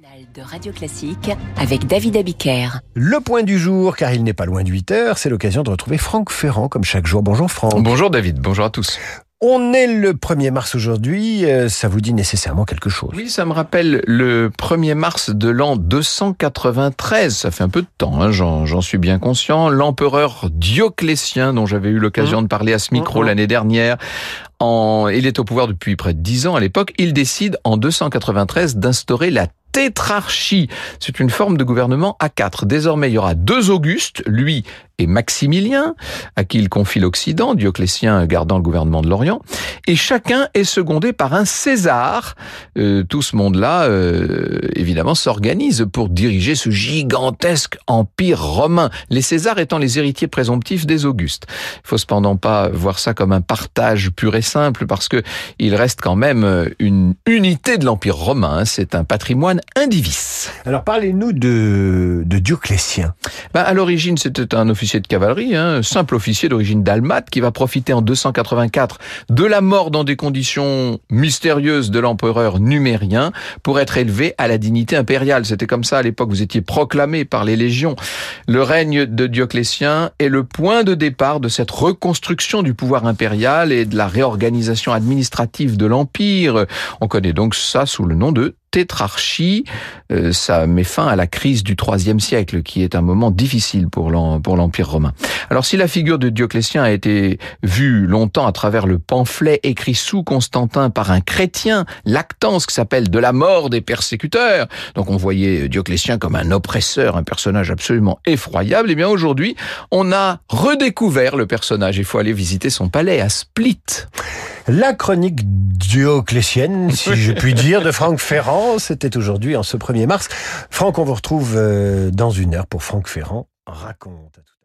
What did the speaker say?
matinale de Radio Classique avec David Abiker. Le point du jour, car il n'est pas loin de 8h, c'est l'occasion de retrouver Franck Ferrand comme chaque jour. Bonjour Franck. Bonjour David, bonjour à tous. On est le 1er mars aujourd'hui, ça vous dit nécessairement quelque chose? Oui, ça me rappelle le 1er mars de l'an 293, ça fait un peu de temps, hein, j'en suis bien conscient. L'empereur Dioclétien, dont j'avais eu l'occasion de parler à ce micro l'année dernière, il est au pouvoir depuis près de 10 ans à l'époque, il décide en 293 d'instaurer la tétrarchie. C'est une forme de gouvernement à 4. Désormais, il y aura 2 Augustes, lui et Maximilien, à qui il confie l'Occident, Dioclétien gardant le gouvernement de l'Orient, et chacun est secondé par un César. Tout ce monde-là, évidemment, s'organise pour diriger ce gigantesque empire romain, les Césars étant les héritiers présomptifs des Augustes. Il faut cependant pas voir ça comme un partage pur et simple, parce que il reste quand même une unité de l'empire romain, c'est un patrimoine indivis. Alors parlez-nous de Dioclétien. À l'origine, c'était un officier de cavalerie, simple officier d'origine dalmate, qui va profiter en 284 de la mort dans des conditions mystérieuses de l'empereur Numérien pour être élevé à la dignité impériale. C'était comme ça à l'époque, vous étiez proclamé par les légions. Le règne de Dioclétien est le point de départ de cette reconstruction du pouvoir impérial et de la réorganisation administrative de l'empire. On connaît donc ça sous le nom de tétrarchie. Ça met fin à la crise du IIIe siècle, qui est un moment difficile pour l'Empire romain. Alors si la figure de Dioclétien a été vue longtemps à travers le pamphlet écrit sous Constantin par un chrétien, Lactance, qui s'appelle « De la mort des persécuteurs », donc on voyait Dioclétien comme un oppresseur, un personnage absolument effroyable, et bien aujourd'hui, on a redécouvert le personnage. Il faut aller visiter son palais à Split. La chronique dioclétienne, si je puis dire, de Franck Ferrand, c'était aujourd'hui en ce 1er mars. Franck, on vous retrouve dans 1 heure pour Franck Ferrand raconte.